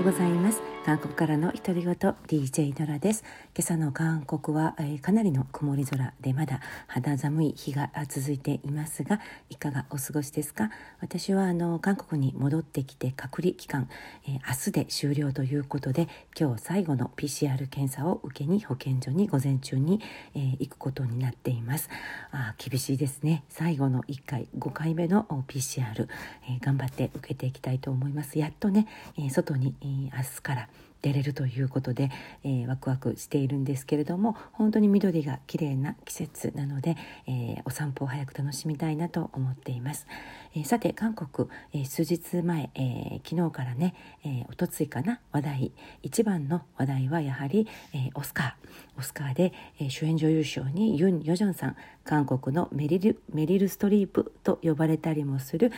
うございます。韓国からの独り言 DJ ノラです。今朝の韓国は、かなりの曇り空でまだ肌寒い日が続いていますが、いかがお過ごしですか？私は韓国に戻ってきて隔離期間、明日で終了ということで、今日最後の PCR 検査を受けに保健所に午前中に、行くことになっています。厳しいですね。最後の1回5回目の PCR、頑張って受けていきたいと思います。やっとね、外に、明日から出れるということで、ワクワクしているんですけれども、本当に緑が綺麗な季節なので、お散歩を早く楽しみたいなと思っています。さて韓国、数日前、昨日からね、おとついかな、一番の話題はやはり、オスカーで、主演女優賞にユン・ヨジョンさん、韓国のメリル・ストリープと呼ばれたりもする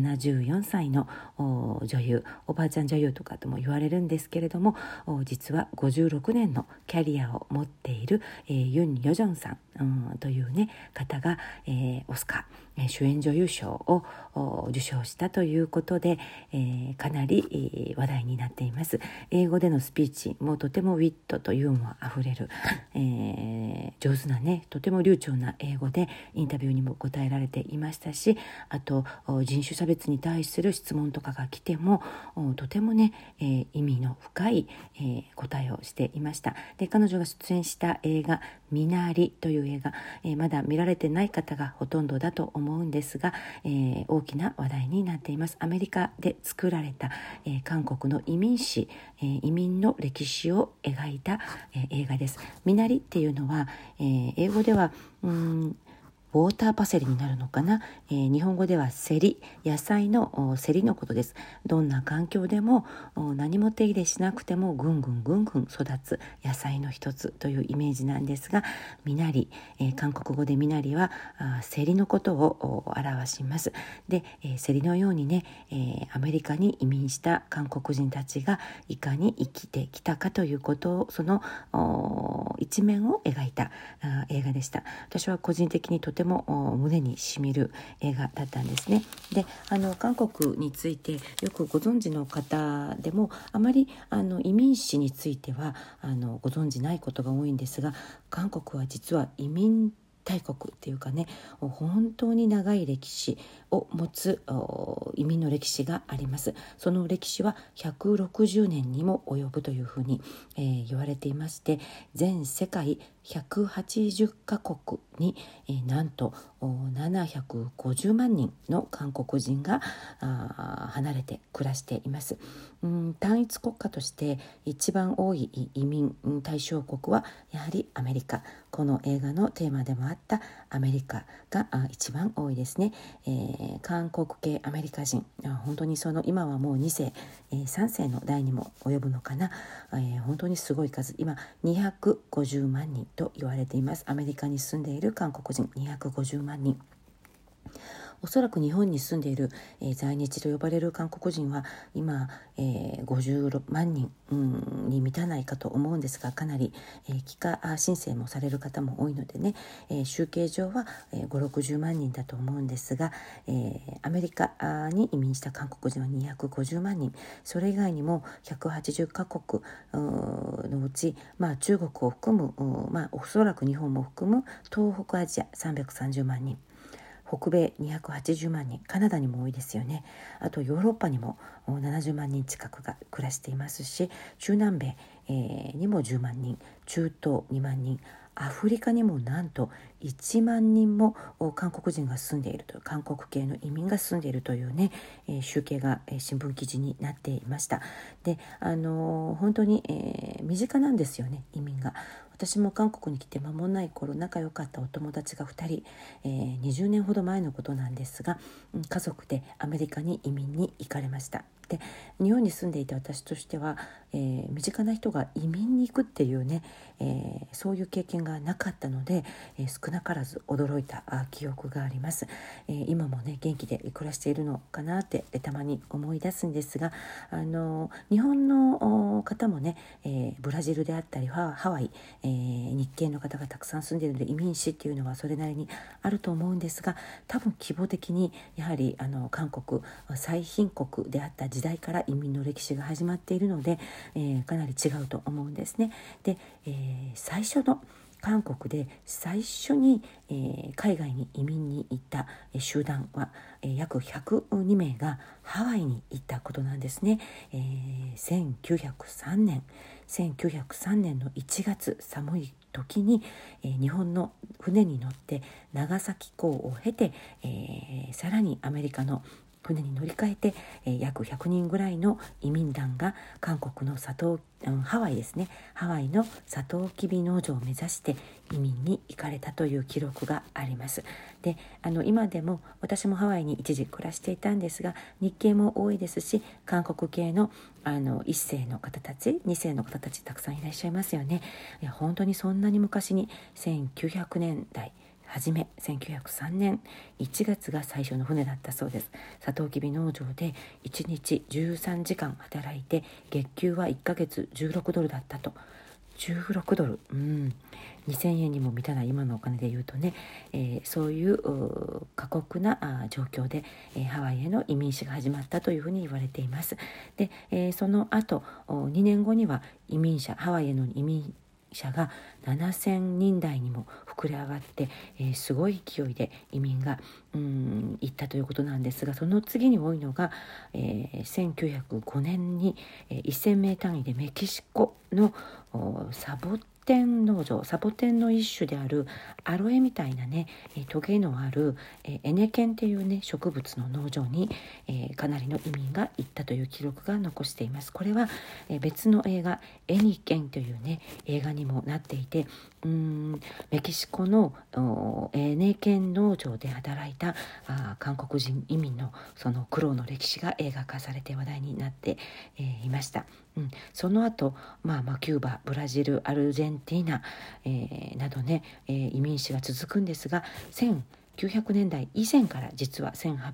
74歳の女優、おばあちゃん女優とかとも言われるんですけれども、実は56年のキャリアを持っている、ユン・ヨジョンさん、というね方が、オスカー、主演女優賞を受賞したということで、かなり、話題になっています。英語でのスピーチもとてもウィットとユーモアあふれる、上手なね、とても流暢な英語でインタビューにも答えられていましたし、あと人種差別に対する質問とかが来てもとてもね、意味の深い、答えをしていました。で、彼女が出演した映画ミナリという映画、まだ見られてない方がほとんどだと思うんですが、大きな話題になっています。アメリカで作られた、韓国の移民史、移民の歴史を描いた、映画です。ミナリっていうのは、英語ではウォーターパセリになるのかな、日本語ではセリ、野菜のセリのことです。どんな環境でも何も手入れしなくてもぐんぐん育つ野菜の一つというイメージなんですが、ミナリ、韓国語でミナリはセリのことを表します。で、セリのようにね、アメリカに移民した韓国人たちがいかに生きてきたかということを、その一面を描いた映画でした。私は個人的にとても胸にしみる映画だったんですね。で、韓国についてよくご存知の方でもあまり移民史についてはご存知ないことが多いんですが、韓国は実は移民大国っていうかね、本当に長い歴史を持つ移民の歴史があります。その歴史は160年にも及ぶというふうに、言われていまして、全世界180カ国に、なんと750万人の韓国人が離れて暮らしています。単一国家として一番多い移民対象国はやはりアメリカ。この映画のテーマでもあったアメリカが一番多いですね。韓国系アメリカ人、本当に今はもう2世、3世の代にも及ぶのかな、本当にすごい数、今250万人と言われています。アメリカに住んでいる韓国人250万人。おそらく日本に住んでいる、在日と呼ばれる韓国人は今、56万人、に満たないかと思うんですが、かなり、帰化申請もされる方も多いのでね、集計上は、5、60万人だと思うんですが、アメリカに移民した韓国人は250万人、それ以外にも180カ国のうち、中国を含む、おそらく日本も含む東北アジア330万人、北米280万人、カナダにも多いですよね。あとヨーロッパにも70万人近くが暮らしていますし、中南米、にも10万人、中東2万人、アフリカにもなんと1万人も韓国人が住んでいるという、韓国系の移民が住んでいるというね、集計が新聞記事になっていました。で、本当に、身近なんですよね、移民が。私も韓国に来て間もない頃、仲良かったお友達が2人、20年ほど前のことなんですが、家族でアメリカに移民に行かれました。で、日本に住んでいた私としては、身近な人が移民に行くっていうね、そういう経験がなかったので、少なからず驚いた記憶があります。今もね元気で暮らしているのかなってたまに思い出すんですが、日本の方もね、ブラジルであったりハワイ、日系の方がたくさん住んでいるので移民史っていうのはそれなりにあると思うんですが、多分規模的にやはり韓国最貧国であった時代から移民の歴史が始まっているので、かなり違うと思うんですね。で、最初の韓国で最初に、海外に移民に行った集団は、約102名がハワイに行ったことなんですね。1903年の1月、寒い時に、日本の船に乗って長崎港を経て、さらにアメリカの船に乗り換えて、約100人ぐらいの移民団が韓国のハワイですね、ハワイのサトウキビ農場を目指して移民に行かれたという記録があります。で、今でも私もハワイに一時暮らしていたんですが、日系も多いですし、韓国系の1世の方たち、2世の方たちたくさんいらっしゃいますよね。いや本当にそんなに昔に1900年代初め1903年1月が最初の船だったそうです。サトウキビ農場で1日13時間働いて月給は1ヶ月16ドルだったと。16ドル、2000円にも満たない今のお金で言うとね、そういう過酷な状況で、ハワイへの移民史が始まったというふうに言われています。で、その後2年後にはハワイへの移民者が7000人台にも膨れ上がって、すごい勢いで移民が行ったということなんですが、その次に多いのが、1905年に、1000名単位でメキシコのサボテンの一種であるアロエみたいなね、トゲのあるエネケンっていうね植物の農場に、かなりの移民が行ったという記録が残しています。これは、別の映画エニケンというね映画にもなっていて、メキシコのエネケン農場で働いた韓国人移民のその苦労の歴史が映画化されて話題になって、いました。その後、キューバ、ブラジル、アルゼンティーナ、などね、移民史が続くんですが、1900年代以前から実は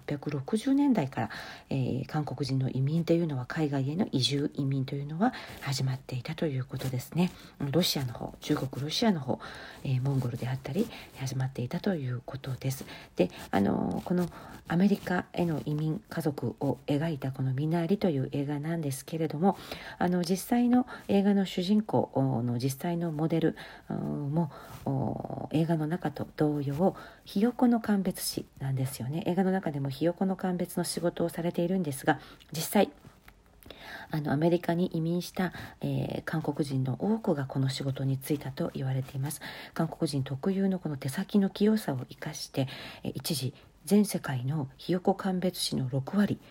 1860年代から、韓国人の移民というのは海外への移住移民というのは始まっていたということですね。ロシアの方、中国ロシアの方、モンゴルであったり始まっていたということです。で、このアメリカへの移民家族を描いたこのミナリという映画なんですけれども、実際の映画の主人公の実際のモデルも映画の中と同様ひよこの鑑別士なんですよね。映画の中でもひよこの鑑別の仕事をされているんですが、実際アメリカに移民した、韓国人の多くがこの仕事に就いたと言われています。韓国人特有のこの手先の器用さを生かして、一時全世界のひよこ鑑別士の6割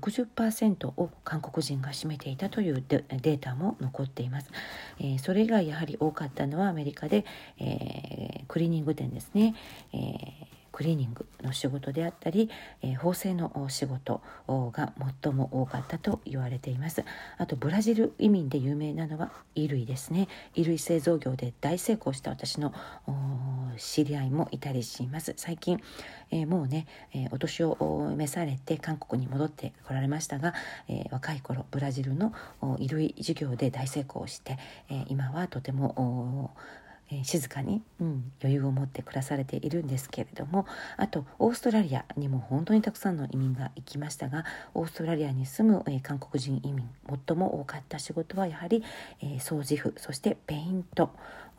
60% を韓国人が占めていたというデータも残っています。それがやはり多かったのはアメリカで、クリーニング店ですね、クリーニングの仕事であったり、縫製の仕事が最も多かったと言われています。あとブラジル移民で有名なのは衣類ですね。衣類製造業で大成功した私の知り合いもいたりします。最近、もうね、お年を召されて韓国に戻ってこられましたが、若い頃ブラジルの衣類事業で大成功して、今はとても静かに、余裕を持って暮らされているんですけれども、あとオーストラリアにも本当にたくさんの移民が行きましたが、オーストラリアに住む、韓国人移民最も多かった仕事はやはり、掃除婦、そしてペイント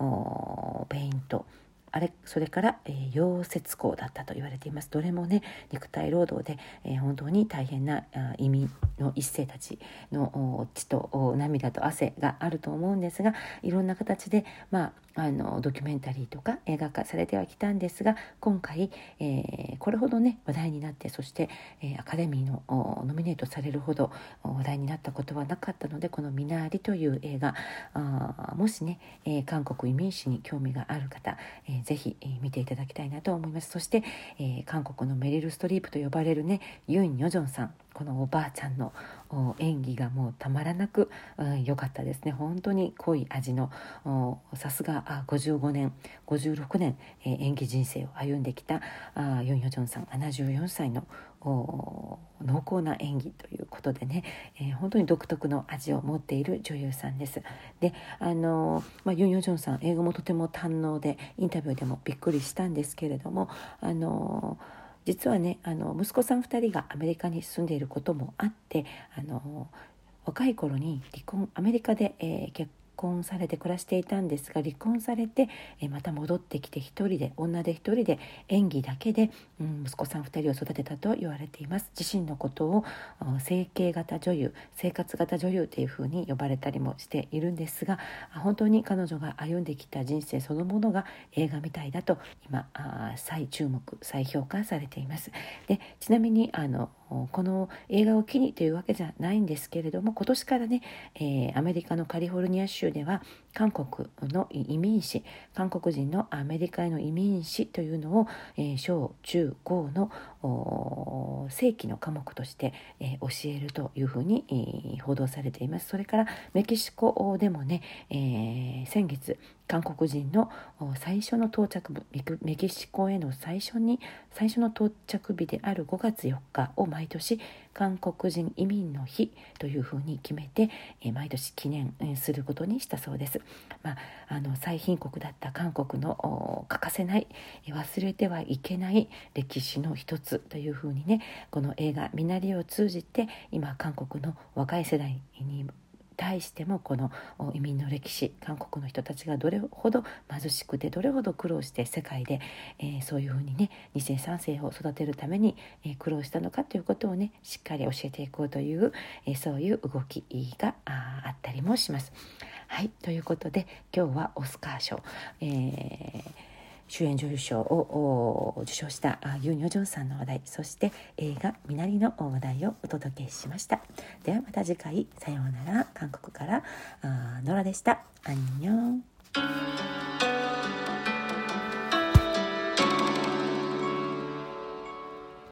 それから、溶接工だったと言われています。どれもね肉体労働で、本当に大変な移民の一世たちの血と涙と汗があると思うんですが、いろんな形で、ドキュメンタリーとか映画化されてはきたんですが、今回、これほどね話題になって、そして、アカデミーのノミネートされるほど話題になったことはなかったので、このミナーリという映画、もしね、韓国移民史に興味がある方、ぜひ、見ていただきたいなと思います。そして、韓国のメリル・ストリープと呼ばれるねユン・ヨジョンさん、このおばあちゃんの演技がもうたまらなく良かったですね。本当に濃い味のさすが55年56年、演技人生を歩んできたユン・ヨジョンさん74歳の濃厚な演技ということでね、本当に独特の味を持っている女優さんです。でユン・ヨジョンさん英語もとても堪能でインタビューでもびっくりしたんですけれども、実はね息子さん2人がアメリカに住んでいることもあって若い頃にアメリカで、結婚されて暮らしていたんですが、離婚されて、また戻ってきて女で一人で演技だけで、息子さん2人を育てたと言われています。自身のことを生活型女優というふうに呼ばれたりもしているんですが、本当に彼女が歩んできた人生そのものが映画みたいだと今再注目再評価されています。でちなみにこの映画を機にというわけじゃないんですけれども、今年からね、アメリカのカリフォルニア州では韓国人のアメリカへの移民史というのを、小中高の正規の科目として、教えるというふうに、報道されています。それからメキシコでもね、先月韓国人の最初の到着メキシコへの最初の到着日である5月4日を毎年韓国人移民の日というふうに決めて、毎年記念することにしたそうです。最貧国だった韓国の欠かせない忘れてはいけない歴史の一つというふうにね、この映画ミナリを通じて今韓国の若い世代に対してもこの移民の歴史、韓国の人たちがどれほど貧しくてどれほど苦労して世界で、そういうふうにね2世3世を育てるために、苦労したのかということをねしっかり教えていこうという、そういう動きがあったりもします。はい、ということで今日はオスカー賞、主演女優賞を受賞したユン・ヨジョンさんの話題、そして映画ミナリの話題をお届けしました。ではまた次回、さようなら。韓国からノラでした。アンニョン。